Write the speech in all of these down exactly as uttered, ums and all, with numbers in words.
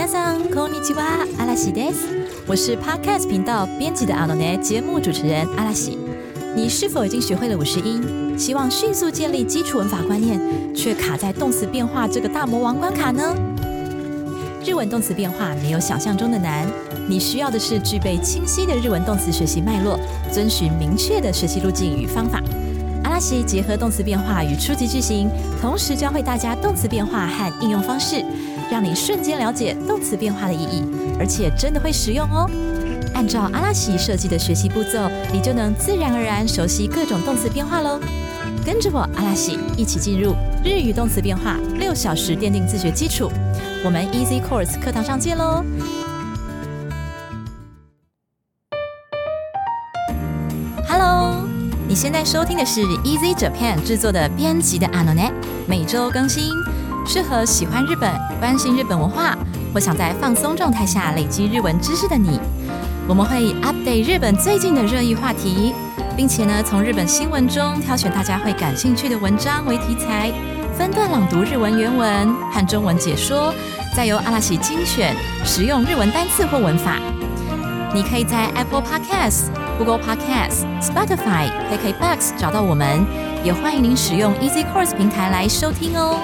さんこんにちは、嵐です。我是 Podcast 频道编辑的阿诺内节目主持人阿拉西。你是否已经学会了五十音？希望迅速建立基础文法观念，却卡在动词变化这个大魔王关卡呢？日文动词变化没有想象中的难，你需要的是具备清晰的日文动词学习脉络，遵循明确的学习路径与方法。阿拉西结合动词变化与初级句型，同时教会大家动词变化和应用方式，让你瞬间了解动词变化的意义，而且真的会实用哦。按照阿拉西设计的学习步骤，你就能自然而然熟悉各种动词变化咯。跟着我阿拉西一起进入日语动词变化六小时奠定自学基础。我们 Easy Course 课堂上见咯。Hello， 你现在收听的是 Easy Japan 制作的编辑的阿诺内，每周更新，适合喜欢日本、关心日本文化或想在放松状态下累积日文知识的你。我们会以 update 日本最近的热议话题，并且呢，从日本新闻中挑选大家会感兴趣的文章为题材，分段朗读日文原文和中文解说，再由阿拉西精选实用日文单字或文法。你可以在 Apple Podcasts、Google Podcasts、Spotify、K K B O X 找到我们，也欢迎您使用 Easy Course 平台来收听哦。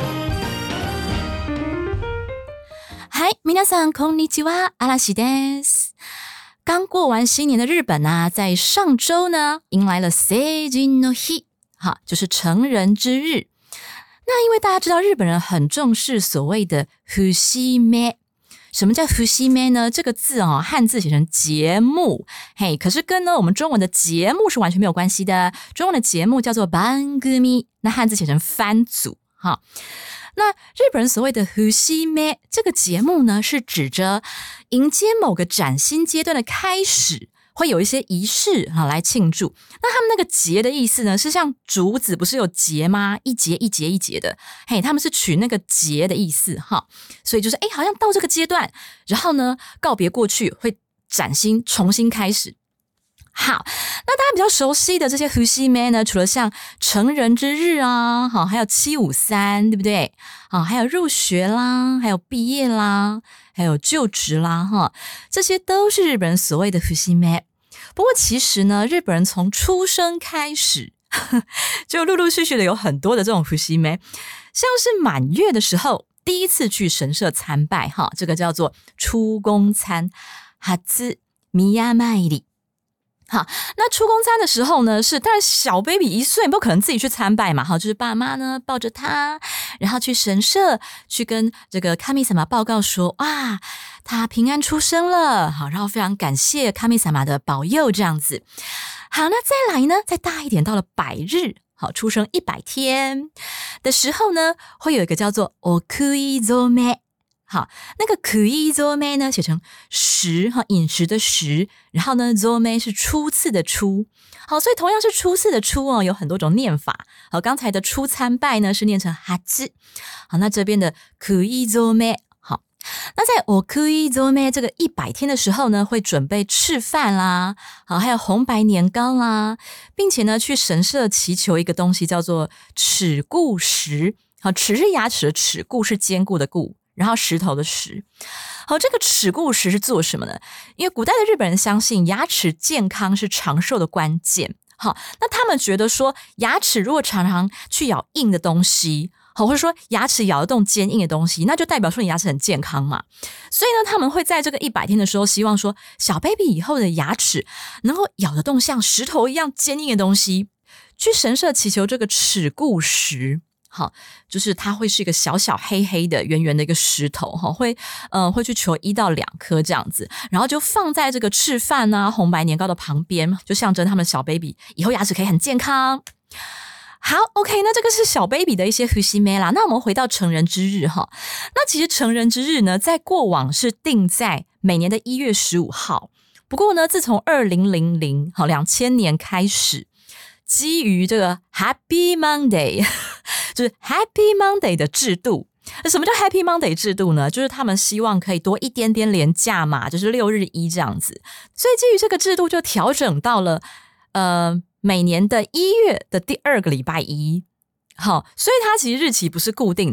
嗨，皆さんこんにちは、阿拉西です。刚过完新年的日本啊，在上周呢迎来了成人の日，哈，就是成人之日。那因为大家知道日本人很重视所谓的節目，什么叫節目呢？这个字哦，汉字写成节目，嘿，可是跟呢我们中文的节目是完全没有关系的。中文的节目叫做番組，那汉字写成番組，哈。那日本人所谓的節目这个节目呢，是指着迎接某个崭新阶段的开始，会有一些仪式啊来庆祝。那他们那个节的意思呢，是像竹子不是有节吗？一节一节一节的，嘿，他们是取那个节的意思哈。所以就是哎，好像到这个阶段，然后呢告别过去，会崭新重新开始。好，那大家比较熟悉的这些節目呢，除了像成人之日啊，好，还有七五三，对不对？啊，还有入学啦，还有毕业啦，还有就职啦，哈，这些都是日本人所谓的節目。不过其实呢，日本人从出生开始，呵呵就陸陸續續的有很多的這種節目，像是滿月的時候，第一次去神社參拜，哈，這個叫做出宮參，初宮參り。好，那出宮參的時候呢，是當然小 baby 一歲，你不可能自己去參拜嘛，好，就是爸媽呢抱着他，然後去神社去跟這個神様報告說，哇，他平安出生了，好，然後非常感謝神様的保佑這樣子。好，那再來呢，再大一點，到了百日，好，出生一百天的時候呢，會有一個叫做お食い初め。好，那個食い初め呢，寫成食，飲食的食，然後呢，初め是初次的初。好，所以同樣是初次的初哦，有很多種念法。好，剛才的初參拜呢是念成初。好，那這邊的食い初め，好，那在お食い初め這個一百天的時候呢，會準備赤飯啦，好，還有紅白年糕啦，並且呢去神社祈求一個東西叫做齒固石。好，齒是牙齒的齒，固是堅固的固。然後石頭的石，好，這個齒固石是做什麼呢？因為古代的日本人相信牙齒健康是長壽的關鍵，好，那他們覺得說牙齒如果常常去咬硬的東西，好，或者說牙齒咬得動堅硬的東西，那就代表說你牙齒很健康嘛。所以呢，他們會在這個一百天的時候，希望說小 baby 以後的牙齒能夠咬得動像石頭一樣堅硬的東西，去神社祈求這個齒固石。好，就是它會是一個小小黑黑的圓圓的一個石頭，會呃會去求一到兩顆這樣子，然後就放在這個赤飯啊紅白年糕的旁邊，就象徵他們小 baby 以後牙齒可以很健康。好 OK， 那這個是小 baby 的一些節目啦。那我們回到成人之日哈，那其實成人之日呢，在過往是定在每年的一月十五號，不過呢，自從二零零零好兩千年開始，基於這個 Happy Monday。就是 Happy Monday 的制度。什麼叫 Happy Monday 制度呢？就是他們希望可以多一點點連假嘛，就是六日一這樣子。所以基於這個制度就調整到了呃每年的一月的第二個禮拜一。好，所以它其實日期不是固定的啦。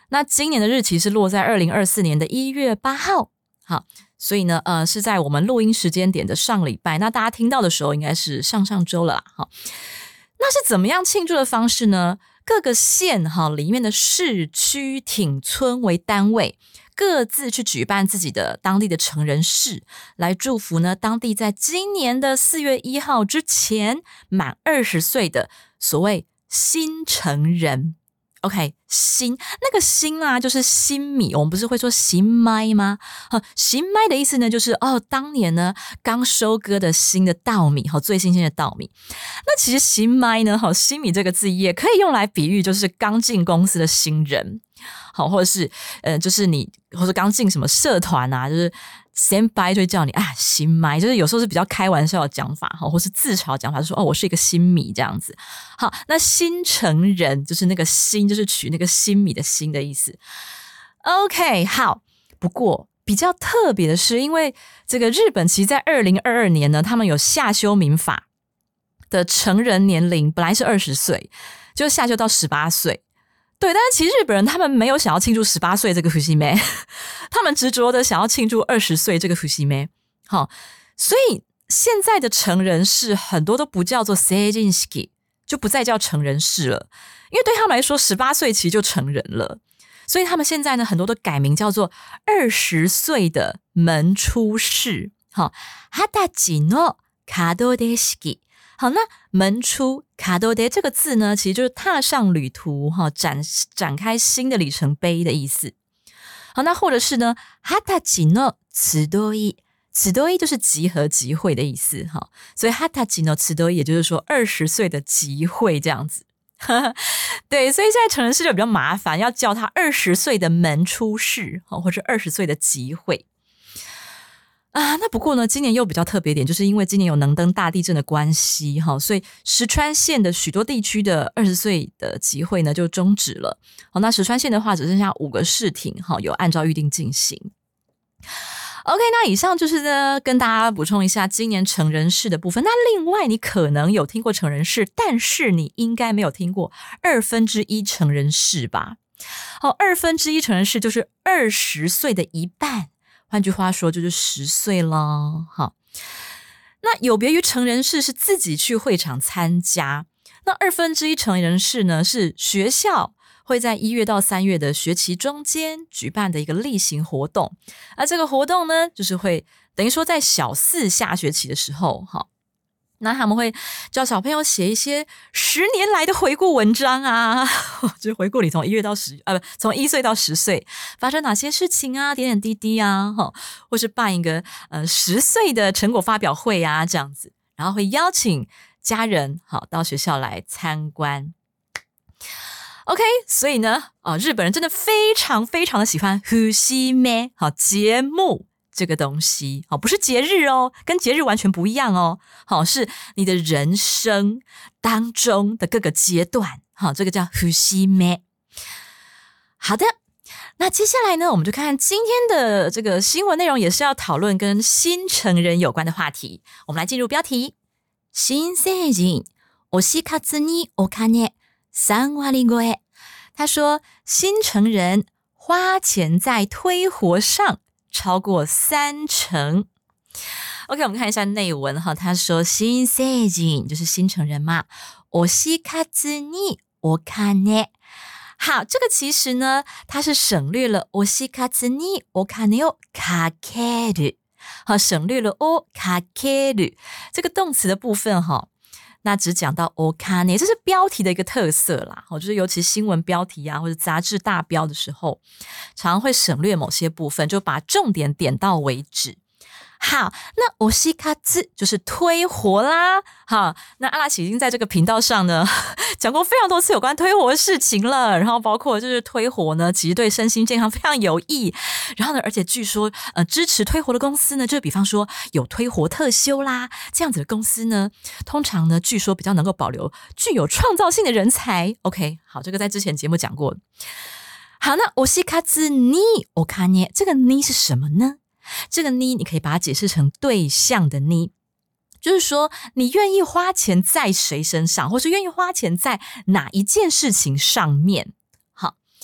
那今年的日期是落在二零二四年的一月八号。好，所以呢，呃，是在我们录音时间点的上礼拜。那大家听到的时候，应该是上上周了啦。好，那是怎么样庆祝的方式呢？各个县哈里面的市区町村为单位，各自去举办自己的当地的成人式，来祝福呢当地在今年的四月一号之前满二十岁的所谓新成人。OK， 新那个新啊，就是新米，我们不是会说新麦吗？好，新麦的意思呢，就是哦，当年呢刚收割的新的稻米，好，最新鲜的稻米。那其实新麦呢，好，新米这个字也可以用来比喻，就是刚进公司的新人，好，或者是呃，就是你，或者刚进什么社团啊，就是先掰就会叫你啊新麦，就是有时候是比较开玩笑的讲法，或是自嘲讲法，就说哦我是一个新米这样子。好，那新成人就是那个新，就是取那个新米的新的意思。OK， 好，不过比较特别的是，因为这个日本其实在二零二二年呢，他们有下修民法的成人年龄，本来是二十岁，就下修到十八岁。对，但是其实日本人他们没有想要庆祝十八岁这个伏羲妹，他们执着的想要庆祝二十岁这个伏羲妹。好，所以现在的成人式很多都不叫做成人式，就不再叫成人式了，因为对他们来说十八岁其实就成人了，所以他们现在呢很多都改名叫做二十岁的门出式。好，二十歳の門出式。好，那门出卡多德这个字呢，其实就是踏上旅途哈，展展开新的里程碑的意思。好，那或者是呢，二十歳の集い，集い就是集合集会的意思哈，所以二十歳の集い也就是说二十岁的集会这样子。对，所以现在成人式就比较麻烦，要叫他二十岁的门出式，或者二十岁的集会。啊，那不过呢，今年又比较特别一点，就是因为今年有能登大地震的关系，所以石川县的许多地区的二十岁的集会呢就终止了。那石川县的话，只剩下五个市町有按照预定进行。OK， 那以上就是呢跟大家补充一下今年成人式的部分。那另外，你可能有听过成人式，但是你应该没有听过二分之一成人式吧？好，二分之一成人式就是二十岁的一半。换句话说就是十岁了。好，那有别于成人式是自己去会场参加，那二分之一成人式呢是学校会在一月到三月的学期中间举办的一个例行活动。而这个活动呢就是会等于说在小四下学期的时候，好，那他们会叫小朋友写一些十年来的回顾文章啊，就是回顾你从一月到十，呃，从一岁到十岁发生哪些事情啊，点点滴滴啊，或是办一个呃十岁的成果发表会啊，这样子，然后会邀请家人好到学校来参观。OK， 所以呢，哦，日本人真的非常非常的喜欢伏羲妹好节目。这个东西好，不是节日哦，跟节日完全不一样哦。好，是你的人生当中的各个阶段。好，这个叫伏羲妹。好的，那接下来呢，我们就看看今天的这个新闻内容，也是要讨论跟新成人有关的话题。我们来进入标题：新成人推し活にお金三割超え。他说，新成人花钱在推活上。超过三成。OK， 我们看一下内文哈。他说新成人就是新成人嘛，推し活にお金。好，这个其实呢，它是省略了推し活にお金をかける。好，省略了おかける这个动词的部分哈。那只讲到お金，这是标题的一个特色啦。就是尤其新闻标题啊，或者杂志大标的时候，常常会省略某些部分，就把重点点到为止。好，那推し活就是推活啦。好，那阿拉喜已经在这个频道上呢讲过非常多次有关推活的事情了，然后包括就是推活呢其实对身心健康非常有益，然后呢而且据说呃支持推活的公司呢，就比方说有推活特休啦，这样子的公司呢通常呢据说比较能够保留具有创造性的人才。 OK， 好，这个在之前节目讲过。好，那推し活にお金这个に是什么呢？这个呢你可以把它解释成对象的呢，就是说你愿意花钱在谁身上，或是愿意花钱在哪一件事情上面。好，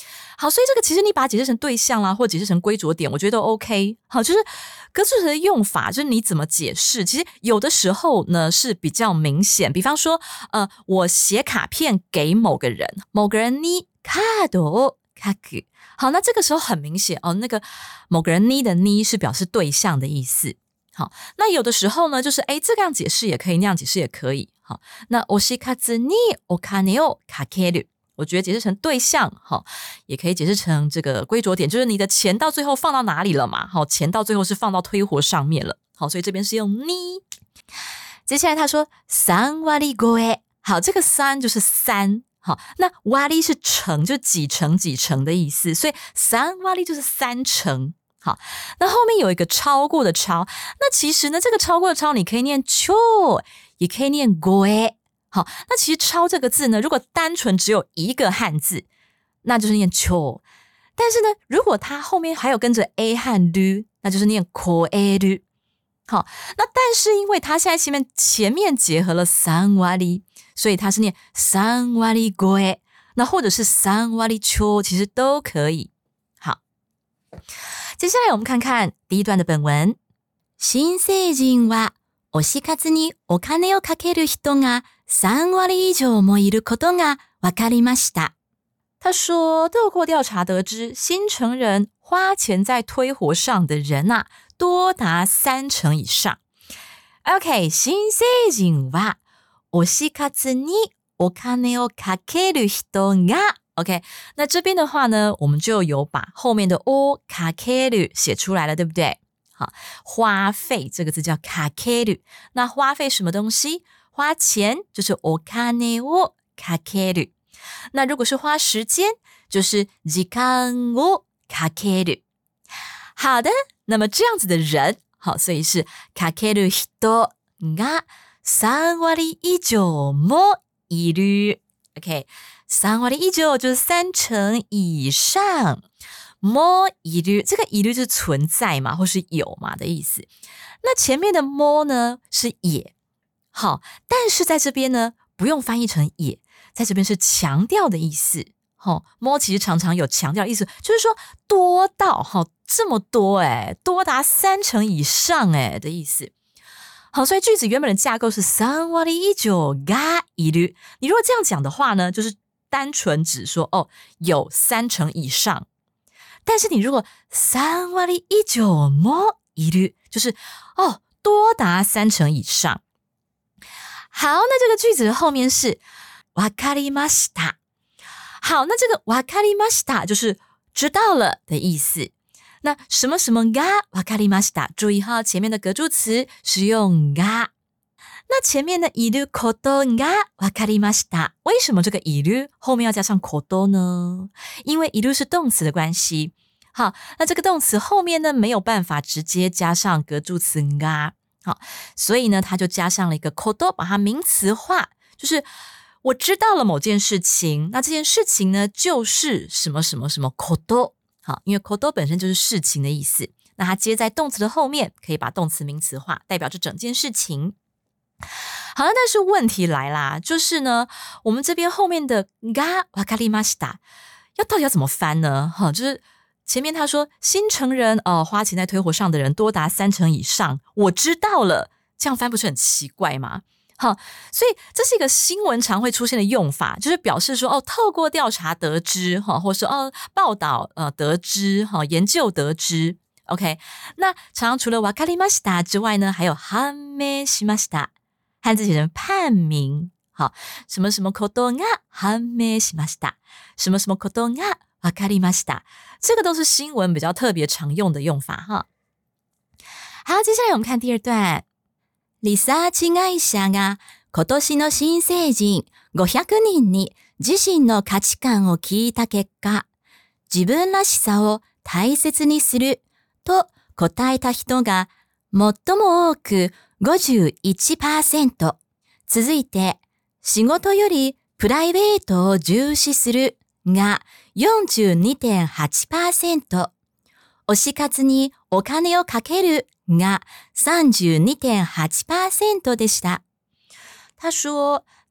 好，所以这个其实你把它解释成对象啦，或解释成归着点，我觉得都 OK。好，就是格助词的用法，就是你怎么解释，其实有的时候呢是比较明显。比方说，呃，我写卡片给某个人，某个人にカードを書く。好，那这个时候很明显哦，那个某个人に的に是表示对象的意思。好，那有的时候呢，就是诶这样解释也可以，那样解释也可以。好，那推し活にお金をかける。我觉得解释成对象，好，也可以解释成这个归着点，就是你的钱到最后放到哪里了嘛？好，钱到最后是放到推活上面了。好，所以这边是用に。接下来他说三割超え，好，这个三就是三，好，那割是成，就几成几成的意思，所以三割就是三成。好，那后面有一个超过的超，那其实呢，这个超过的超你可以念超，也可以念超え。好，那其实超这个字呢，如果单纯只有一个汉字，那就是念超。但是呢，如果它后面还有跟着 a 和 lu， 那就是念超える。好，那但是因为它现在前面前面结合了三割，所以它是念三割超え，那或者是三割超，其实都可以。好，接下来我们看看第一段的本文。新成人は推し活にお金をかける人が三割以上もいることがわかりました。他说，透过调查得知，新成人花钱在推活上的人啊，多达三成以上。OK， 新成人は推し活にお金をかける人が OK， 那这边的话呢，我们就有把后面的おかける写出来了，对不对？好，花费这个字叫かける，那花费什么东西？花钱就是お金をかける。那如果是花时间，就是時間をかける。好的，那么这样子的人，好，所以是かける人が三割以上もいる。OK， 三割以上就是三成以上。もいる，这个いる就是存在嘛，或是有嘛的意思。那前面的も呢是也，好，但是在这边呢不用翻译成也，在这边是强调的意思。好，も其实常常有強調的意思，就是說多到好这么多诶，多達三成以上诶的意思。好，所以句子原本的架构是三割以上がいる。你如果这样讲的话呢，就是单纯指说哦有三成以上。但是你如果三割以上もいる，就是哦多達三成以上。好，那这个句子的后面是わかりました。好，那这个わかりました就是知道了的意思。那什么什么がわかりました，注意哈，前面的格助词是用が。那前面的いることがわかりました，为什么这个いる后面要加上こと呢？因为いる是动词的关系。好，那这个动词后面呢没有办法直接加上格助词が，好，所以呢它就加上了一个こと，把它名词化，就是我知道了某件事情，那这件事情呢就是什么什么什么こと。好，因为こと本身就是事情的意思，那它接在动词的后面，可以把动词名词化，代表这整件事情。好，但是问题来啦，就是呢，我们这边后面的がわかりました，要到底要怎么翻呢？好，就是前面他说新成人哦，花钱在推活上的人多达三成以上，我知道了，这样翻不是很奇怪吗？好，所以这是一个新闻常会出现的用法，就是表示说哦，透過調查得知，哈，或者说哦，报道呃得知，哈，研究得知 ，OK。那常常除了わかりました之外呢，还有判明しました，汉字写成判明，好，什么什么ことが判明しました，什么什么ことがわかりました，这个都是新闻比较特别常用的用法哈。好，接下来我们看第二段。リサーチ会社が今年の新成人ごひゃくにんに自身の価値観を聞いた結果、自分らしさを大切にすると答えた人が最も多く ごじゅういちパーセント、続いて仕事よりプライベートを重視するが よんじゅうにてんはちパーセント、推し活にお金をかけるが さんじゅうにてんはちパーセント でした。他说，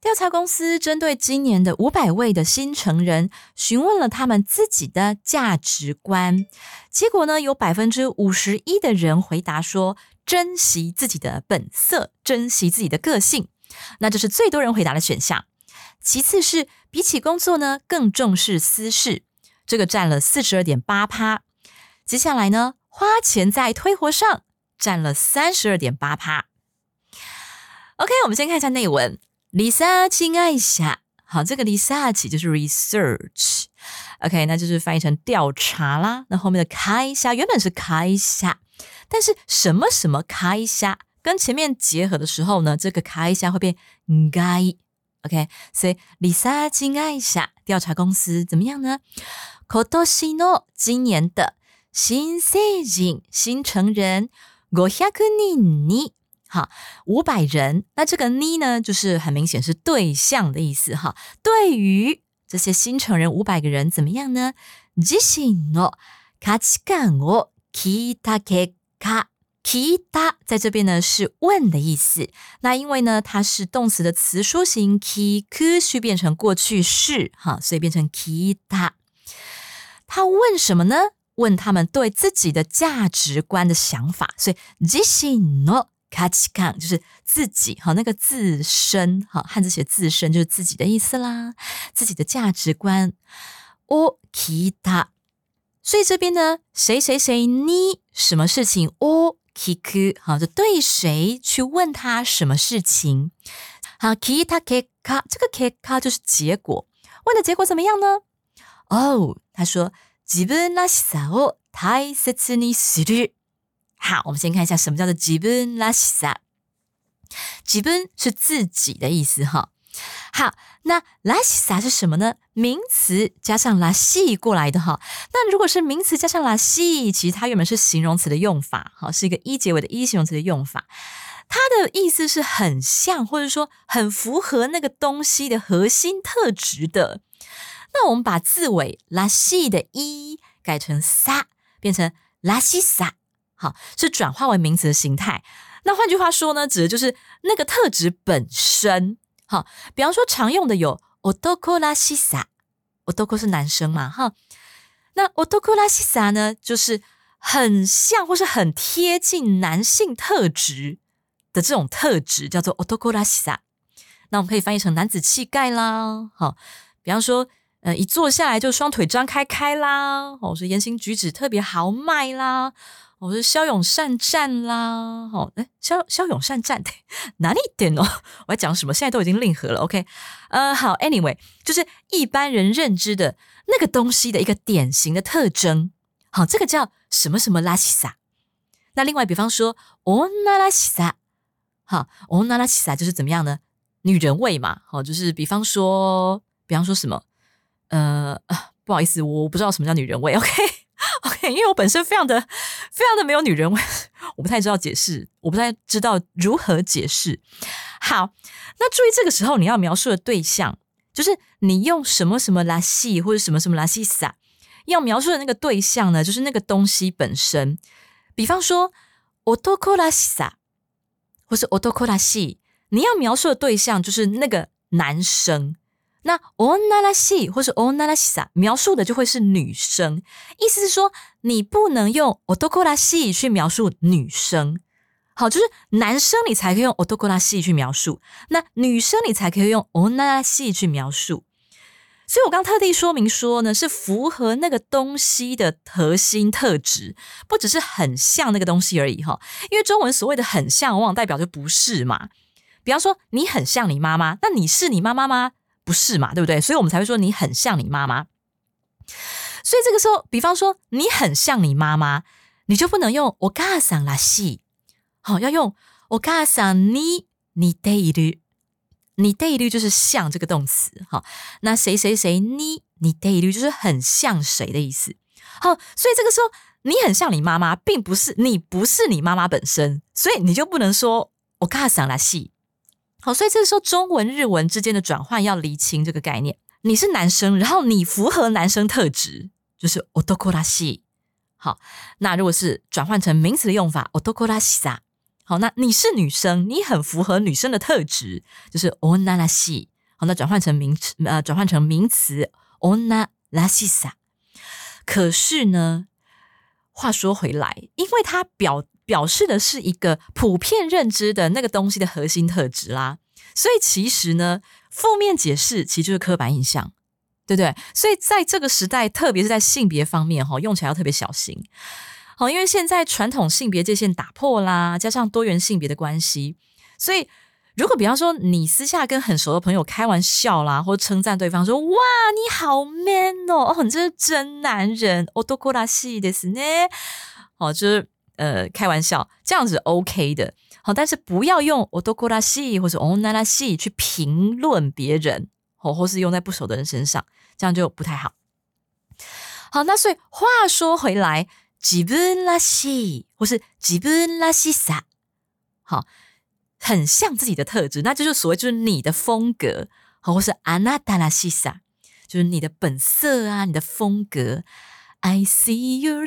调查公司针对今年的五百位的新成人，询问了他们自己的价值观。结果呢，有 百分之五十一 的人回答说，珍惜自己的本色，珍惜自己的个性。那这是最多人回答的选项。其次是比起工作呢，更重视私事，这个占了 百分之四十二点八。接下来呢，花钱在推活上，占了 百分之三十二点八。OK， 我们先看一下内文。리서치一下，好，这个 research 就是 research， OK， 那就是翻译成调查啦。那后面的开下原本是开下，但是什么什么开下跟前面结合的时候呢，这个开下会变该 ，OK， 所以 research一下，调查公司怎么样呢？今年の今年的新成人新成人五百人に。好，五百人，那这个你呢，就是很明显是对象的意思哈。对于这些新成人五百个人怎么样呢？自身の価値観を聞いた結果，聞いた在这边呢是问的意思。那因为呢它是动词的词书形，聞く去变成过去式哈，所以变成聞いた。他问什么呢？问他们对自己的价值观的想法，所以自身の価値観就是自己，好，那个自身，好，汉字写自身就是自己的意思啦，自己的价值观。を聞いた，所以这边呢，谁谁谁你什么事情を聞く，好，就对谁去问他什么事情。好，聞いた結果，这个結果就是結果，问的结果怎么样呢？哦，他说自分らしさを大切にする。好，我们先看一下什么叫做自分らしさ。自分是自己的意思哈。好，那らしさ是什么呢？名词加上らしい过来的哈。那如果是名词加上らしい，其实它原本是形容词的用法，哈，是一个一结尾的一形容词的用法。它的意思是很像，或者说很符合那个东西的核心特质的。那我们把字尾らしい的一改成さ，变成らしさ。好，是转化为名词的形态。那换句话说呢，指的就是那个特质本身。好，比方说常用的有男らしさ，男是男生嘛，哈。那男らしさ呢，就是很像或是很贴近男性特质的这种特质，叫做男らしさ。那我们可以翻译成男子气概啦。好，比方说，呃，一坐下来就双腿张开开啦，哦，是言行举止特别豪迈啦。我是骁勇善战啦，哦，诶骁骁勇善战，哪里点哦？我在讲什么？现在都已经令和了 ，OK？ 呃，好 ，anyway， 就是一般人认知的那个东西的一个典型的特征，好，这个叫什么什么らしさ。那另外，比方说女らしさ，好，女らしさ就是怎么样呢？女人味嘛，好，就是比方说，比方说什么？呃，不好意思，我不知道什么叫女人味 ，OK？OK， 因为我本身非常的、非常的没有女人味，我不太知道解释，我不太知道如何解释。好，那注意这个时候你要描述的对象，就是你用什么什么らしい或者什么什么らしさ，要描述的那个对象呢，就是那个东西本身。比方说男らしさ，或是男らしい，你要描述的对象就是那个男生。那女らしい或是女らしさ描述的就会是女生，意思是说你不能用男らしい去描述女生，好，就是男生你才可以用男らしい去描述，那女生你才可以用女らしい去描述。所以我刚特地说明说呢，是符合那个东西的核心特质，不只是很像那个东西而已哈。因为中文所谓的很像，往往代表就不是嘛。比方说你很像你妈妈，那你是你妈妈吗？不是嘛，对不对？所以我们才会说你很像你妈妈。所以这个时候，比方说你很像你妈妈，你就不能用お母さんらしい，好，要用お母さんに似ている。似ている就是像这个动词，好，那谁谁谁に似ている就是很像谁的意思。好，所以这个时候你很像你妈妈，并不是你不是你妈妈本身，所以你就不能说お母さんらしい。好，所以这个时候中文日文之间的转换要厘清这个概念。你是男生，然后你符合男生特质，就是男らしい。好，那如果是转換成名词的用法，男らしさ。好，那你是女生，你很符合女生的特质，就是女らしい。 好，那转换成名词呃转换成名词 女らしさ。可是呢，话说回来，因为它表表示的是一个普遍认知的那个东西的核心特质啦，所以其实呢，负面解释其实就是刻板印象，对不对？所以在这个时代，特别是在性别方面，用起来要特别小心。好，因为现在传统性别界限打破啦，加上多元性别的关系，所以如果比方说你私下跟很熟的朋友开玩笑啦，或称赞对方说，哇，你好 man 哦，哦，你真是真男人，男らしいですね。好，就是呃开玩笑，这样子 OK 的。好，但是不要用男らしい或者女らしい去评论别人，或或是用在不熟的人身上，这样就不太好。好，那所以话说回来，自分らしい或是自分らしさ，好，很像自己的特质，那就是所谓就是你的风格，好，或是あなたらしさ，就是你的本色啊，你的风格。I see your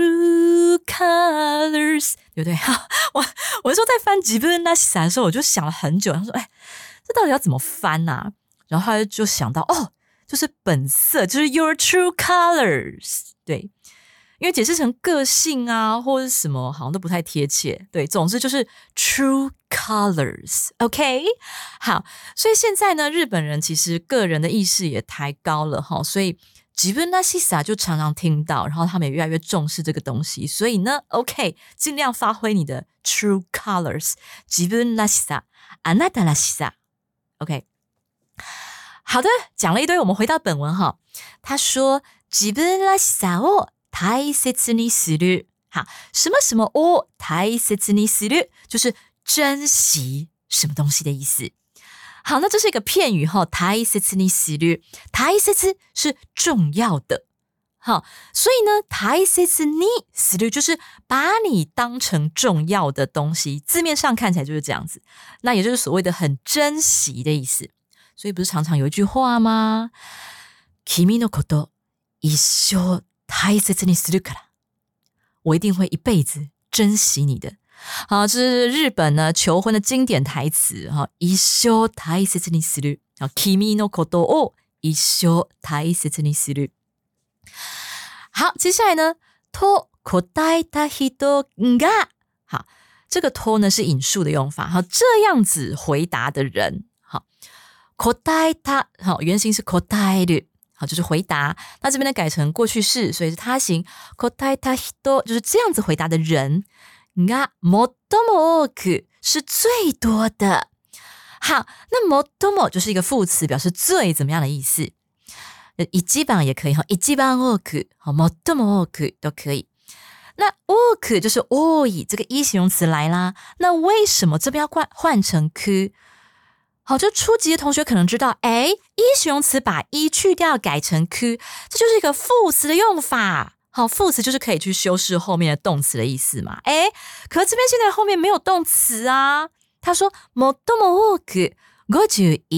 true colors， 对不对？我我说在翻自分らしさ的时候，我就想了很久，他说，哎，这到底要怎么翻啊？然后他就想到，哦，就是本色，就是 your true colors， 对。因为解释成个性啊或者什么好像都不太贴切，对，总之就是 true colors， OK？ 好，所以现在呢，日本人其实个人的意识也抬高了齁，所以自分らしさ就常常听到，然后他们也越来越重视这个东西，所以呢 OK， 尽量发挥你的 true colors， 自分らしさ、あなたらしさ OK。 好的，讲了一堆，我们回到本文齁，他说自分らしさを大切にする。好，什么什么を大切にする，就是珍惜什么东西的意思。好，那这是一个片语齁，大切にする，大切是重要的。好，所以呢，大切にする就是把你当成重要的東西，字面上看起来就是这样子。那也就是所谓的很珍惜的意思。所以不是常常有一句话吗？君のこと一生大切にするから，我一定会一辈子珍惜你的。好，这是日本呢求婚的经典台词哈，一生大切にする。好，君のことを一生大切にする。好，接下来呢，と答えた人が，好，这个と呢是引述的用法，好，这样子回答的人，好，答えた，好，原型是答える。好，就是回答，那这边呢改成过去式，所以是他形。答えた人就是这样子回答的人が最も多く是最多的。好，那最も就是一个副词，表示最怎么样的意思。一番也可以，一番多く，最も多く都可以。那多く就是多い，这个一形容词来啦。那为什么这边要换换成く？好，就初级的同学可能知道，诶，一形容词把一去掉改成 Q， 这就是一个副词的用法。好，副词就是可以去修饰后面的动词的意思嘛。诶，可是这边现在后面没有动词啊。他说最も多く 五十一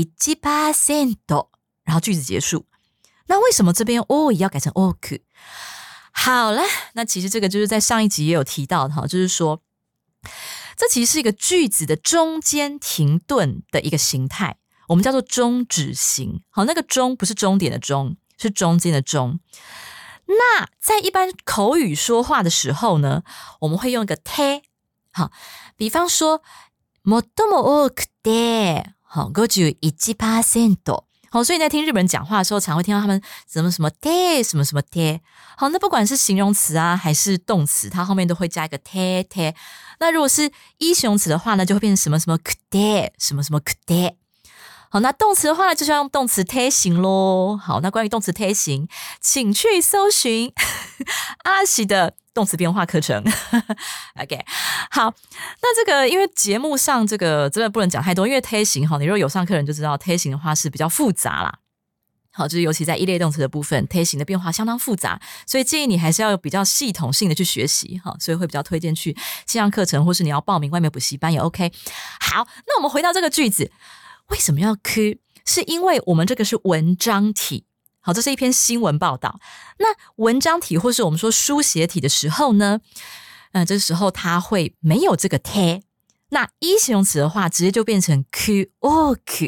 %， 然后句子结束。那为什么这边多い要改成多く？好了，那其实这个就是在上一集也有提到的，就是说这其实是一个句子的中间停顿的一个形态，我们叫做终止型。好，那个终不是终点的终，是中間的中。那在一般口语说话的时候呢，我们会用一个て。好，比方说最も多くて五十一%。好，所以在听日本人讲话的时候，常会听到他们什么什么て什么什么て。好，那不管是形容词啊还是动词，它后面都会加一个てて。那如果是一形容词的话呢，就会变成什么什么くて什么什么くて。好，那动词的话呢，就是要用动词て形咯。好，那关于动词て形，请去搜寻阿喜的动词变化课程。OK， 好，那这个因为节目上这个真的不能讲太多，因为て形哈，你如果有上课人就知道te形的话是比较复杂啦。好，就是尤其在一类动词的部分，te形的变化相当复杂，所以建议你还是要有比较系统性的去学习哈，所以会比较推荐去线上课程，或是你要报名外面补习班也 OK。好，那我们回到这个句子，为什么要 Q？ 是因为我们这个是文章体。好，这是一篇新闻报道。那文章体或是我们说书写体的时候呢，呃，这时候它会没有这个て。那一形容词的话，直接就变成く、多く。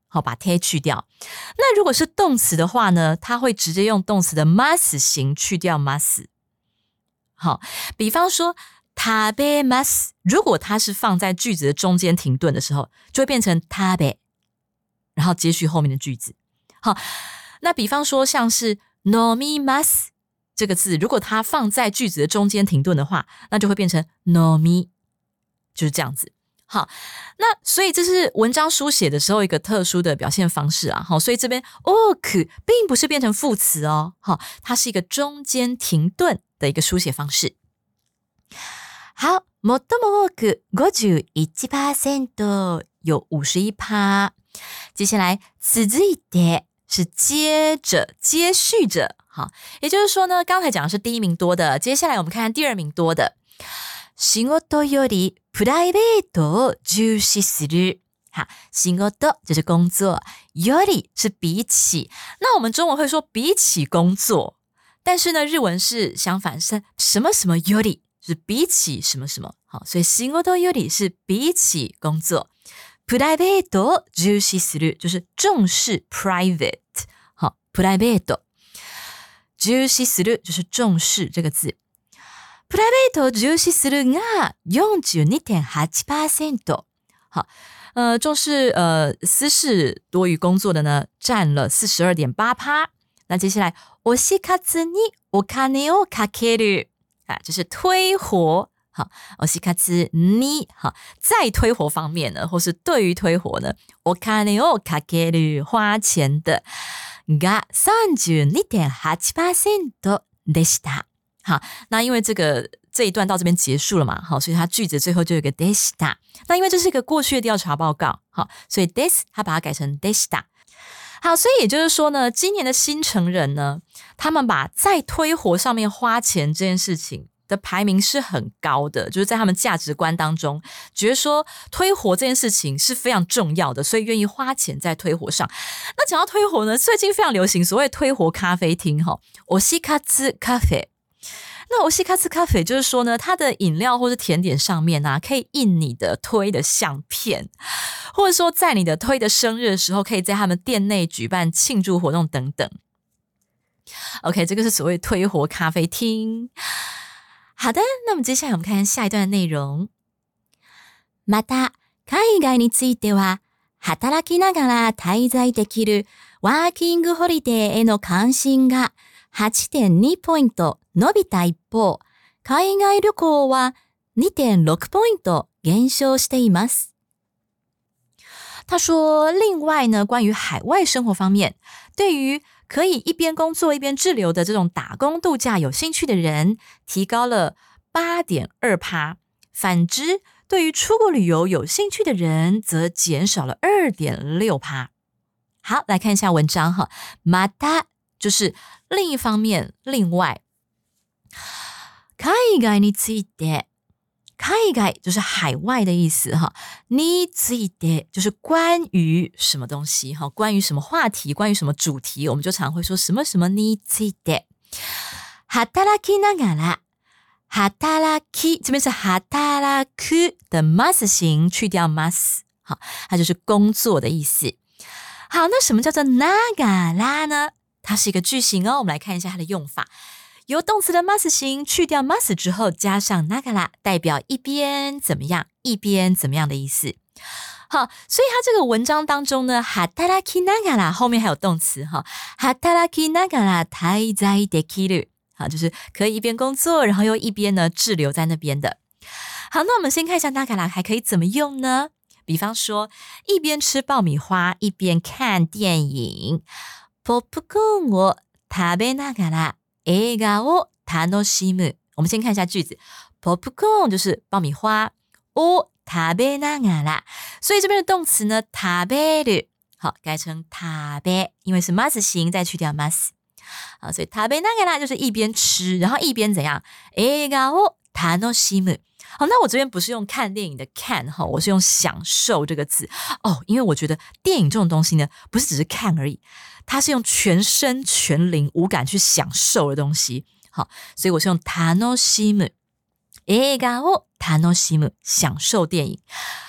好，把 te 去掉。那如果是动词的话呢，它会直接用动词的 mas 形去掉 mas。好，比方说食べます，如果它是放在句子的中间停顿的时候，就会变成食べ，然后接续后面的句子。好，那比方说像是飲みます这个字，如果它放在句子的中間停頓的話，那就會變成飲み，就是這樣子。好，那所以這是文章書寫的時候一個特殊的表現方式啊。好，所以這邊多く並不是變成副詞哦，好，它是一個中間停頓的一個書寫方式。好，最も多く ごじゅういちパーセント 有 五十一趴。接下來続いて是接着接续着，好，也就是說呢，剛才講的是第一名多的，接下來我們看看第二名多的。仕事よりプライベートを重視する。好，仕事就是工作，より是比起，那我們中文會說比起工作，但是呢，日文是相反，是什麼什麼より，就是比起什麼什麼。好，所以仕事より是比起工作。プライベートを重視する就是重視 private， 好，プライベート重視する就是重視这个字。プライベートを重視するが よんじゅうにてんはちパーセント， 好，呃，重视呃私事多于工作的呢，占了 四十二点八趴。那接下来推し活にお金をかける，啊，就是推活。好，推し活に，好，在推活方面呢，或是对于推活呢，お金をかける花钱的が さんじゅうにてんはちパーセント でした。好，那因为这个这一段到这边结束了嘛，好，所以它句子最后就有一个でした。那因为这是一个过去的调查报告，好，所以です它把它改成でした。好，所以也就是说呢，今年的新成人呢，他们把在推活上面花钱这件事情的排名是很高的，就是在他们价值观当中觉得说推活这件事情是非常重要的，所以愿意花钱在推活上。那讲到推活呢，最近非常流行所谓推活咖啡厅，推し活咖啡。那推し活咖啡就是说呢，它的饮料或是甜点上面啊，可以印你的推的相片，或者说在你的推的生日的时候，可以在他们店内举办庆祝活动等等。OK， 这个是所谓推活咖啡厅。好的，那么接下来我们看下一段的内容。また、海外については、働きながら滞在できるワーキングホリデーへの関心が はちてんに ポイント伸びた一方、海外旅行は にてんろく ポイント減少しています。他说，另外呢，关于海外生活方面，对于可以一边工作一边滞留的这种打工度假有兴趣的人，提高了 八点二趴。反之，对于出国旅游有兴趣的人，则减少了 二点六趴。好，来看一下文章哈。また就是另一方面，另外。海外について。海外就是海外的意思哈，について就是关于什么东西哈，关于什么话题，关于什么主题，我们就常会说什么什么について。働きながら，働き这边是働く的 mas 形去掉 mas， 好，它就是工作的意思。好，那什么叫做ながら呢？它是一个句型哦，我们来看一下它的用法。由动词的 mas 形去掉 mas 之后，加上ながら，代表一边怎么样，一边怎么样的意思。好，所以它这个文章当中呢，働きながら后面还有动词哈，働きながら滞在できる，好，就是可以一边工作，然后又一边呢滞留在那边的。好，那我们先看一下ながら还可以怎么用呢？比方说，一边吃爆米花，一边看电影。ポップコーンを食べながら映画を楽しむ。我们先看一下句子，ポップコーン就是爆米花，を食べながら，所以这边的动词呢，食べる，好，改成食べ，因为是 mas 形，再去掉 mas， 好，所以食べながら就是一边吃，然后一边怎样？映画を楽しむ。好，那我这边不是用看电影的看哈，我是用享受这个字哦，因为我觉得电影这种东西呢，不是只是看而已，它是用全身全灵五感去享受的东西。好，所以我是用楽しむ，映画を楽しむ，享受电影。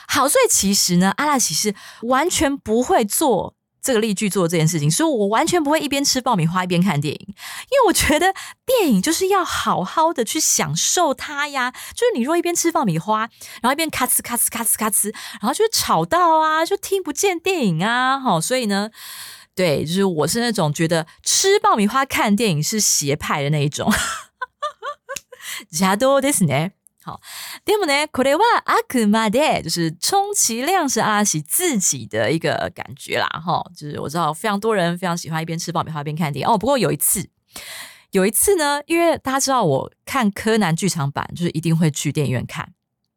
好，所以其实呢，阿拉西是完全不会做这个例句做这件事情，所以我完全不会一边吃爆米花一边看电影，因为我觉得电影就是要好好的去享受它呀。就是你若一边吃爆米花，然后一边咔哧咔哧咔哧咔哧，然后就吵到啊，就听不见电影啊。好，所以呢，对，就是我是那种觉得吃爆米花看电影是邪派的那一种。邪道ですね。好，でもね、これはあくまで就是充其量是阿拉西自己的一个感觉啦，哈，就是我知道非常多人非常喜欢一边吃爆米花一边看电影哦。不过有一次，有一次呢，因为大家知道我看柯南剧场版，就是一定会去电影院看。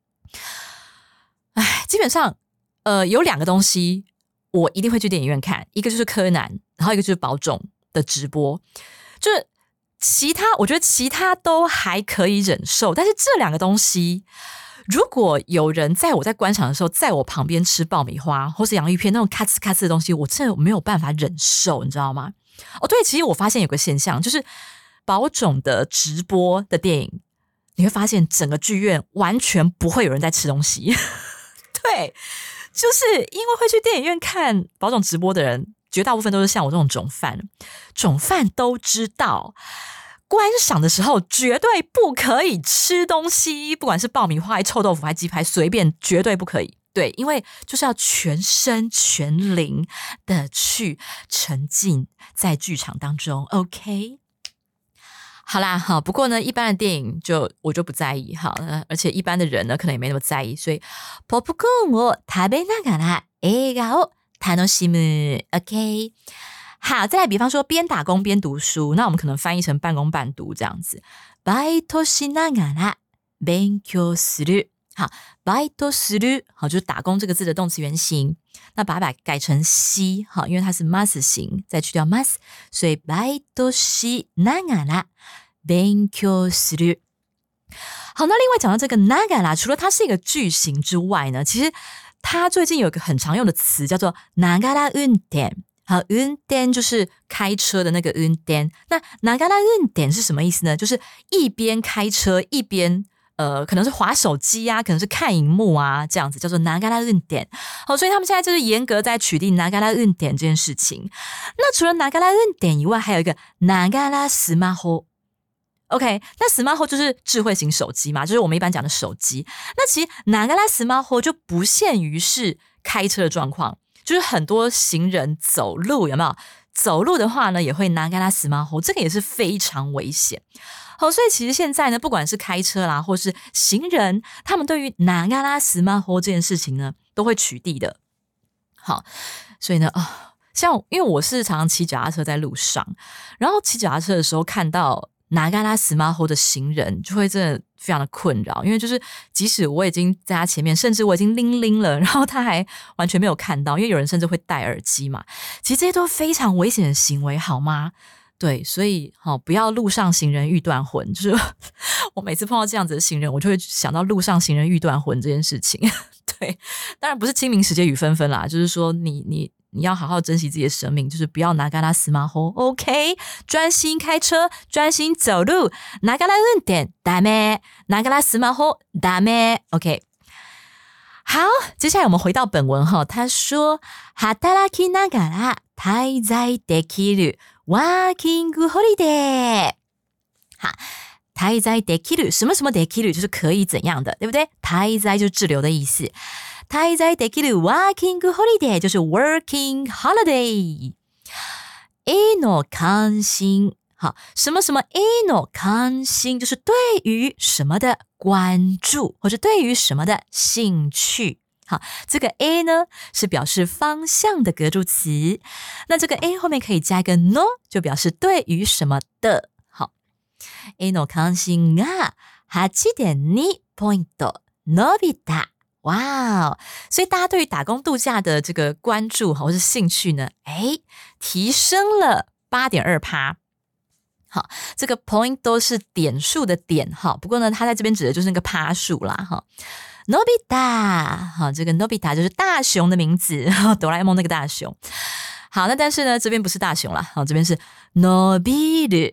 哎，基本上，呃，有两个东西我一定会去电影院看，一个就是柯南，然后一个就是宝冢的直播，就是。其他我觉得其他都还可以忍受，但是这两个东西，如果有人在我在观场的时候，在我旁边吃爆米花或是洋芋片那种咔哧咔哧的东西，我真的没有办法忍受，你知道吗？哦，对，其实我发现有个现象，就是宝冢的直播的电影，你会发现整个剧院完全不会有人在吃东西。对，就是因为会去电影院看宝冢直播的人，绝大部分都是像我这种种饭，种饭都知道。观赏的时候绝对不可以吃东西，不管是爆米花、还臭豆腐、还鸡排，随便绝对不可以。对，因为就是要全身全灵的去沉浸在剧场当中。OK， 好啦，好。不过呢，一般的电影就我就不在意，好，而且一般的人呢，可能也没那么在意。所以，ポップコーンを食べながら映画を楽しむ。OK。好，再来比方说边打工边读书，那我们可能翻译成半工半读这样子。バイトしながら勉強する。好，バイトする，好，就是打工这个字的动词原形。那把它改成し，好，因为它是ます形，再去掉ます，所以バイトしながら勉強する。好，那另外讲到这个ながら，除了它是一个句型之外呢，其实它最近有一个很常用的词叫做ながら運転。好，運転就是开车的那个運転。那ながら運転是什么意思呢？就是一边开车一边呃，可能是滑手机啊，可能是看荧幕啊，这样子叫做ながら運転。好，所以他们现在就是严格在取缔ながら運転这件事情。那除了ながら運転以外，还有一个ながらスマホ。OK， 那スマホ就是智慧型手机嘛，就是我们一般讲的手机。那其实ながらスマホ就不限于是开车的状况。就是很多行人走路有没有？走路的话呢，也会ながらスマホ，这个也是非常危险。好，所以其实现在呢，不管是开车啦，或是行人，他们对于ながらスマホ这件事情呢，都会取缔的。好，所以呢，哦，像因为我是常常骑脚踏车在路上，然后骑脚踏车的时候看到ながらスマホ的行人，就会真的非常的困扰，因为就是即使我已经在他前面，甚至我已经铃铃了，然后他还完全没有看到，因为有人甚至会戴耳机嘛，其实这些都是非常危险的行为，好吗？对，所以好、哦、不要路上行人欲断魂，就是我每次碰到这样子的行人，我就会想到路上行人欲断魂这件事情。对，当然不是清明时节雨纷纷啦，就是说你你。你要好好珍惜自己的生命，就是不要ながらスマホ OK， 专心开车，专心走路。ながら運転ダメ，ながらスマホダメ OK。 好，接下来我们回到本文哈，他说働きながら滞在できるワーキングホリデー。好，滞在できる什么什么できる就是可以怎样的，对不对？滞在就是滞留的意思。滞在できるワーキングホリデー就是 working holiday。への関心，好，什么什么への関心就是对于什么的关注，或者对于什么的兴趣。好，这个 A 呢是表示方向的格助词，那这个 A 后面可以加一个 no， 就表示对于什么的。好，への関心が はちてんにポイント伸びた。哇哦！所以大家对于打工度假的这个关注或是兴趣呢，哎，提升了 八点二趴。好，这个 point 都是点数的点哈，不过呢，它在这边指的就是那个趴数啦哈。Nobita， 好，这个 Nobita 就是大熊的名字，哆啦 A 梦那个大熊。好，那但是呢，这边不是大熊啦，好，这边是 Nobiru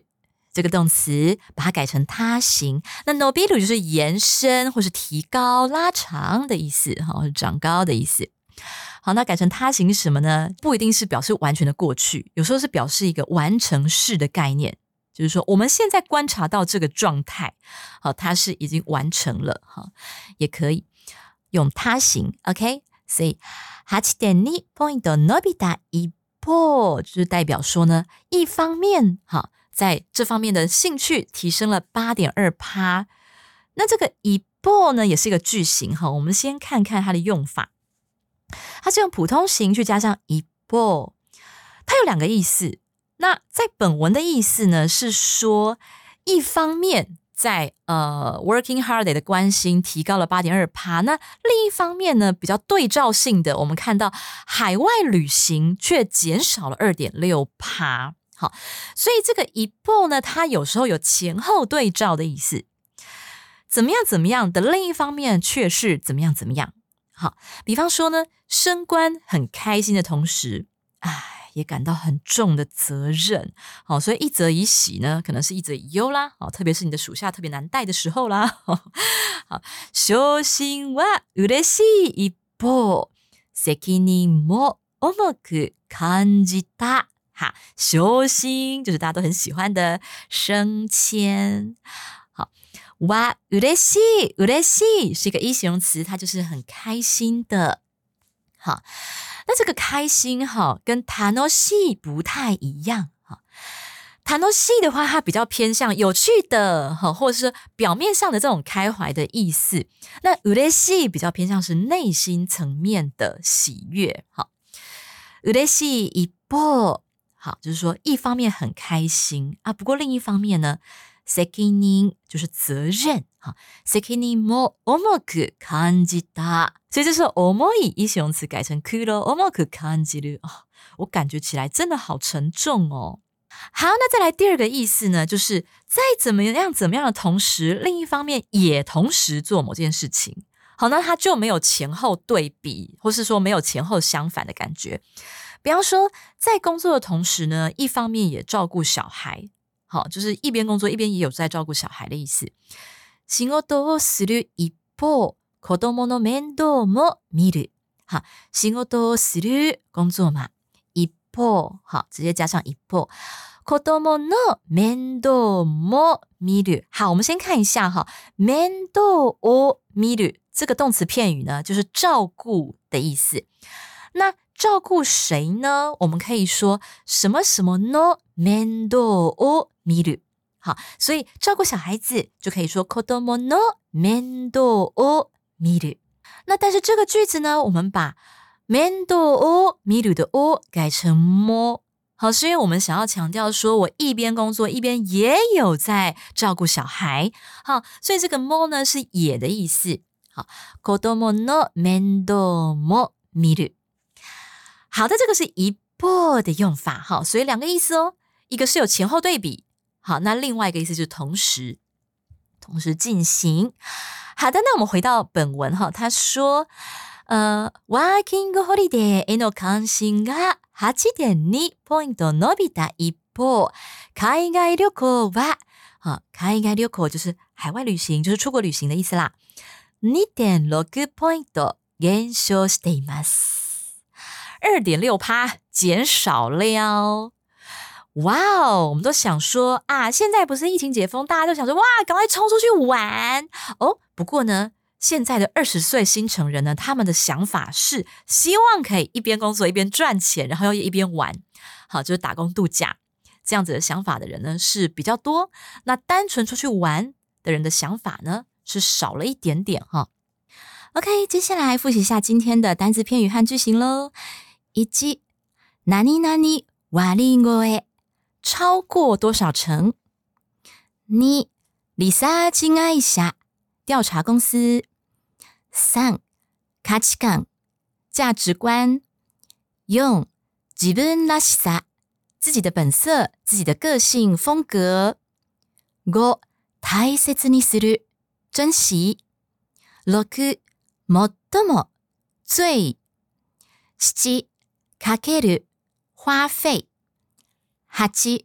这个动词把它改成他形，那 伸びる就是延伸或是提高拉长的意思，或是长高的意思。好，那改成他形是什么呢？不一定是表示完全的过去，有时候是表示一个完成式的概念，就是说我们现在观察到这个状态，好，它是已经完成了，好，也可以用他形 OK。 所以 はちてんにポイント伸びた一方就是代表说呢，一方面好，在这方面的兴趣提升了 八点二趴。 那这个一方呢也是一个句型，我们先看看它的用法。它是用普通型去加上一方，它有两个意思。那在本文的意思呢，是说一方面在呃 working holiday 的关心提高了 八点二趴， 那另一方面呢，比较对照性的，我们看到海外旅行却减少了 二点六趴。 好，所以这个一方呢，它有时候有前后对照的意思，怎么样怎么样的另一方面却是怎么样怎么样。好，比方说呢，升官很开心的同时，唉，也感到很重的责任。好，所以一则以喜呢，可能是一则以忧啦。好，特别是你的属下特别难带的时候啦。好，昇進は嬉しい一方、責任も重く感じた。好，昇進就是大家都很喜欢的升迁。好。哇，嬉しい，嬉しい是一个一形容词，它就是很开心的。好，那这个开心哈，跟楽しい不太一样哈。楽しい的话，它比较偏向有趣的哈，或者是表面上的这种开怀的意思。那嬉しい比较偏向是内心层面的喜悦。好，嬉しい一方，好，就是说一方面很开心啊，不过另一方面呢，責任就是责任，責任も重く感じた，所以这是重い一形容词改成苦労重く感じる，我感觉起来真的好沉重哦。好，那再来第二个意思呢，就是在怎么样怎么样的同时，另一方面也同时做某件事情。好，那它就没有前后对比，或是说没有前後相反的感觉。比方说，在工作的同時呢，一方面也照顧小孩。好，就是一边工作一边也有在照顧小孩的意思。仕事をする一方、子供の面倒も見る。好，仕事をする工作嘛，一方，好，直接加上一方。子供の面倒も見る。好，我们先看一下哈，面倒を見る这个动词片语呢，就是照顾的意思。那照顾谁呢？我们可以说什么什么の面倒を見る。好，所以照顾小孩子就可以说子供の面倒を見る。那但是这个句子呢，我们把面倒を見る的を改成も。好，是因为我们想要強調說我一邊工作一邊也有在照顧小孩。好，所以这个も呢是也的意思。好，子供の面倒も見る。好的，这个是一方的用法。好，所以两个意思哦，一个是有前後對比。好，那另外一个意思就是同時同時進行。好的，那我们回到本文哈，他说呃ワーキングホリデーへの関心が はちてんにポイント伸びた一方、海外旅行は、好，海外旅行就是海外旅行，就是出国旅行的意思啦。にてんろくポイント減少しています。二点六趴减少了。哇哦，我们都想说啊，现在不是疫情解封，大家都想说哇，赶快冲出去玩哦。不过呢，现在的二十岁新成人呢，他们的想法是希望可以一边工作一边赚钱，然后又一边玩，好，就是打工度假。这样子的想法的人呢是比较多，那单纯出去玩的人的想法呢是少了一点点哈。OK， 接下来复習一下今天的單字片語和句型咯。一、何々割り超え，超過多少成。二、リサーチ会社，調查公司。三、価値観，價值觀。四、自分らしさ，自己的本色，自己的个性風格。五、大切にする，珍惜。六、最も，最。七、かける，花費。八、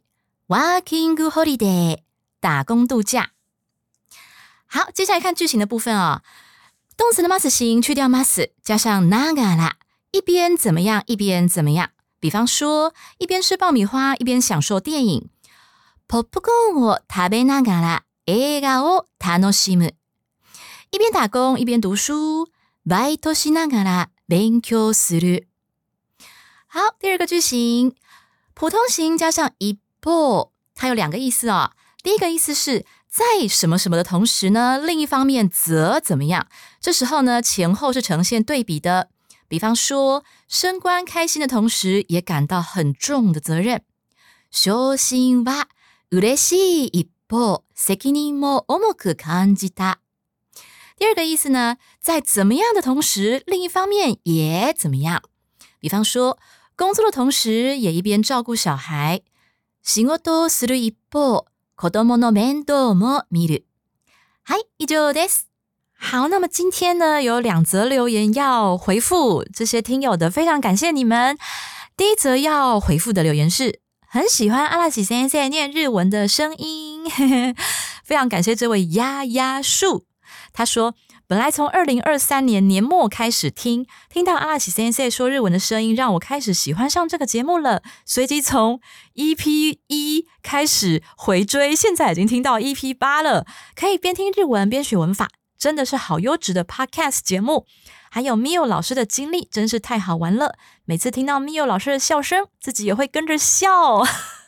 working holiday 打工度假。好，接下来看句型的部分哦。动词的 must 型去掉 must， 加上ながら，一边怎么样一边怎么样。比方说，一边吃爆米花一边享受电影。ポップコーンを食べながら映画を楽しむ。一边打工一边读书。バイトしながら勉強する。好，第二个句型，普通型加上一方，它有两个意思哦。第一个意思是在什么什么的同时呢，另一方面则怎么样？这时候呢，前後是呈现对比的。比方说，升官开心的同时，也感到很重的责任。昇進は嬉しい一方、責任も重く感じた。第二个意思呢，在怎么样的同时，另一方面也怎么样？比方说，工作的同时也一边照顾小孩。仕事をする一方、子供の面倒も見る。はい、以上です。好，那么今天呢，有两则留言要回复这些听友的，非常感谢你们。第一则要回复的留言是，很喜欢阿拉喜先生念日文的声音，非常感谢这位丫丫树。他说，本来从二零二三年年末开始听，听到阿拉喜先生说日文的声音，让我开始喜欢上这个节目了。随即从 E P 一 开始回追，现在已经听到 E P 八 了，可以边听日文边学文法，真的是好优质的 podcast 节目。还有 Mio 老师的经历真是太好玩了，每次听到 Mio 老师的笑声，自己也会跟着笑。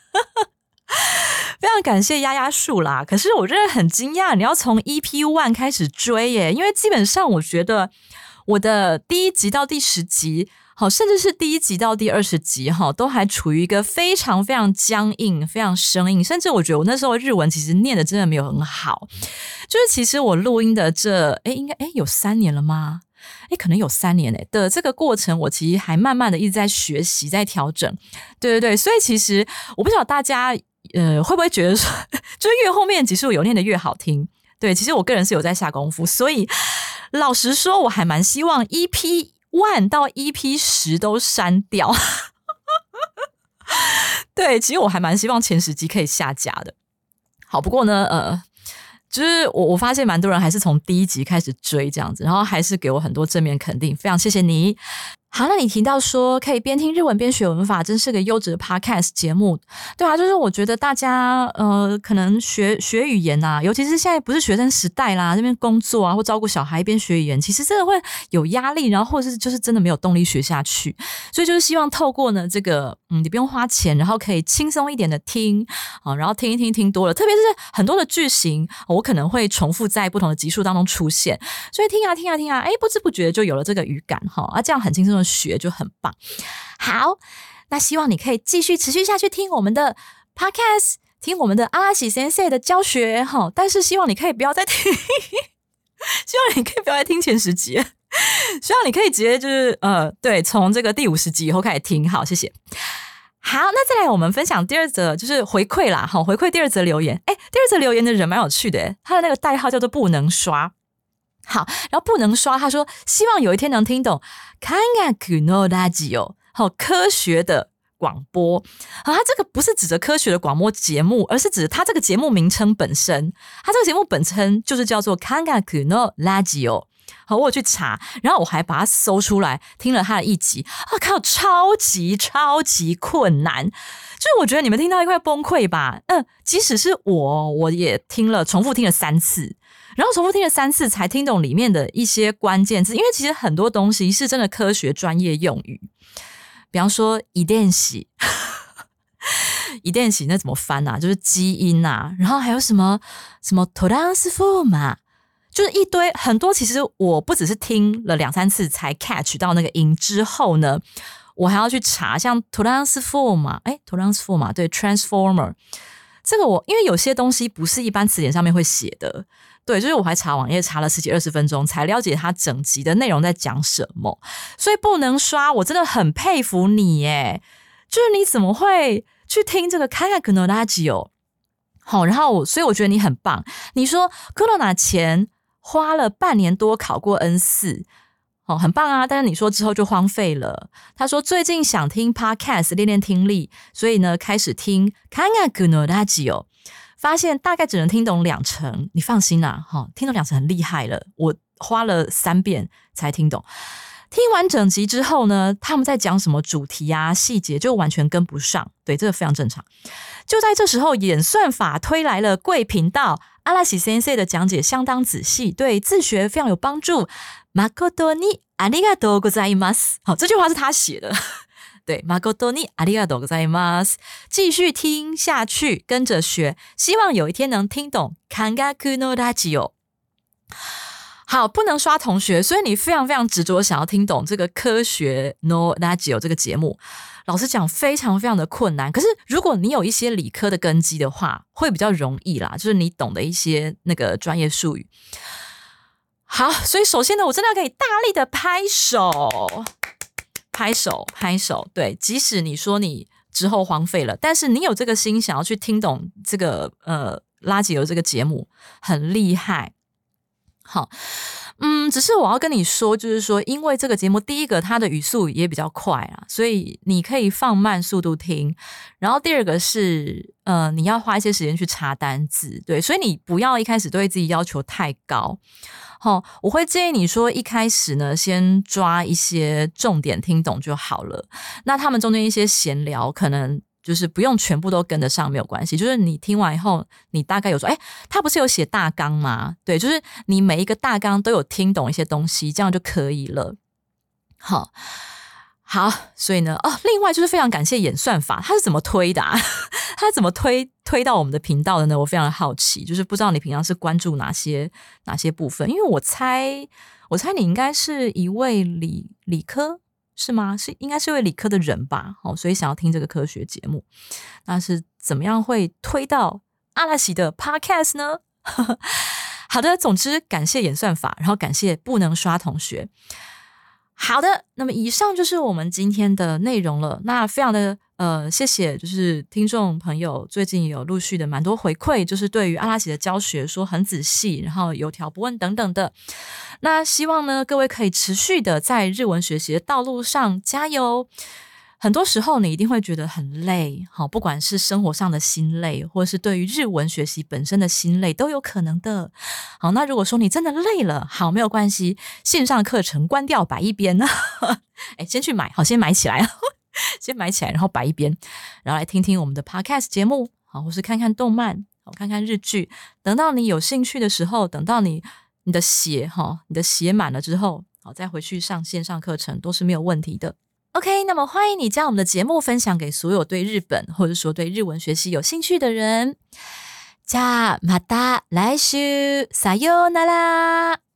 非常感谢丫丫树啦，可是我真的很惊讶，你要从 E P 一 开始追耶，因为基本上我觉得我的第一集到第十集，好，甚至是第一集到第二十集，哈，都还处于一个非常非常僵硬、非常生硬，甚至我觉得我那时候日文其实念的真的没有很好，就是其实我录音的这，诶应该诶有三年了吗？诶可能有三年诶的这个过程，我其实还慢慢的一直在学习，在调整，对对对，所以其实我不知道大家呃会不会觉得说，就是越后面集数有念的越好听，对，其实我个人是有在下功夫，所以老实说，我还蛮希望 E P 一 到 E P 十 都删掉。对，其实我还蛮希望前十集可以下架的。好，不过呢，呃。就是我我发现蛮多人还是从第一集开始追这样子，然后还是给我很多正面肯定，非常谢谢你。好，那你提到说可以边听日文边学文法，真是个优质的 podcast 节目。对啊，就是我觉得大家呃可能学学语言啊，尤其是现在不是学生时代啦，这边工作啊或照顾小孩一边学语言，其实真的会有压力，然后或者是就是真的没有动力学下去。所以就是希望透过呢这个嗯你不用花钱，然后可以轻松一点的听啊，然后听一听听多了，特别是很多的句型我可能会重复在不同的集数当中出现，所以听啊听啊听啊，哎不知不觉就有了这个语感哈，啊这样很轻松学就很棒。好，那希望你可以继续持续下去听我们的 podcast， 听我们的阿拉喜先生的教学齁，但是希望你可以不要再听希望你可以不要再听前十集，希望你可以直接就是呃对，从这个第五十集以后开始听。好，谢谢。好，那再来我们分享第二则，就是回馈啦，好，回馈第二则留言。诶第二则留言的人蛮有趣的，他的那个代号叫做不能刷。好，然后不能刷，他说希望有一天能听懂科学のラジオ，好，科学的广播。好，他这个不是指着科学的广播节目，而是指他这个节目名称本身，他这个节目本身就是叫做科学のラジオ。好，我有去查，然后我还把它搜出来，听了他的一集啊，靠，超级超级困难，就是我觉得你们听到一块崩溃吧。嗯，即使是我，我也听了，重复听了三次。然后重复听了三次才听懂里面的一些关键字，因为其实很多东西是真的科学专业用语，比方说遺伝子遺伝子那怎么翻啊，就是基因啊，然后还有什么什么トランスフォーマー，就是一堆很多，其实我不只是听了两三次才 catch 到那个音之后呢，我还要去查像トランスフォーマー，诶トランスフォーマー，对 transformer， 这个我因为有些东西不是一般词典上面会写的，对，就是我还查网页查了十几二十分钟才了解它整集的内容在讲什么，所以不能刷，我真的很佩服你耶，就是你怎么会去听这个科学のラジオ？好，然后所以我觉得你很棒。你说 Corona 前花了半年多考过 N 四， 哦，很棒啊，但是你说之后就荒废了。他说最近想听 podcast 练练听力，所以呢开始听科学のラジオ，发现大概只能听懂两成。你放心啦、哦、听懂两成很厉害了，我花了三遍才听懂。听完整集之后呢，他们在讲什么主题啊细节就完全跟不上，对，这个非常正常。就在这时候，演算法推来了贵频道，阿拉西先生的讲解相当仔细，对自学非常有帮助。誠にありがとうございます。好，这句话是他写的。对，誠にありがとうございます。继续听下去，跟着学，希望有一天能听懂科学のラジオ。好，不能刷同学，所以你非常非常执着想要听懂这个科学 no radio 这个节目。老实讲，非常非常的困难。可是如果你有一些理科的根基的话，会比较容易啦，就是你懂的一些那个专业术语。好，所以首先呢，我真的要给你大力的拍手，拍手，拍手。对，即使你说你之后荒废了，但是你有这个心想要去听懂这个呃拉吉油这个节目，很厉害。好，嗯，只是我要跟你说，就是说，因为这个节目，第一个它的语速也比较快啊，所以你可以放慢速度听。然后第二个是，呃，你要花一些时间去查单字，对，所以你不要一开始对自己要求太高。好，我会建议你说，一开始呢，先抓一些重点听懂就好了。那他们中间一些闲聊，可能就是不用全部都跟得上，没有关系。就是你听完以后，你大概有说，哎，他不是有写大纲吗？对，就是你每一个大纲都有听懂一些东西，这样就可以了。好，好，所以呢，哦，另外就是非常感谢演算法，它是怎么推的啊？它是怎么推推到我们的频道的呢？我非常的好奇，就是不知道你平常是关注哪些哪些部分？因为我猜，我猜你应该是一位理理科。是吗？是应该是位理科的人吧，哦，所以想要听这个科学节目。那是怎么样会推到阿拉西的 podcast 呢？好的，总之感谢演算法，然后感谢不能刷同学。好的，那么以上就是我们今天的内容了。那非常的呃，谢谢，就是听众朋友最近有陆续的蛮多回馈，就是对于阿拉西的教学说很仔细，然后有条不紊等等的。那希望呢，各位可以持续的在日文学习的道路上加油。很多时候你一定会觉得很累，好，不管是生活上的心累，或是对于日文学习本身的心累，都有可能的。好，那如果说你真的累了，好，没有关系，线上课程关掉摆一边，哎，先去买，好，先买起来，先买起来，然后摆一边，然后来听听我们的 podcast 节目，好，或是看看动漫，好，看看日剧。等到你有兴趣的时候，等到你你的血哈，你的血满了之后，好，再回去上线上课程都是没有问题的。OK， 那么欢迎你将我们的节目分享给所有对日本或者说对日文学习有兴趣的人。じゃあまた来週さようなら。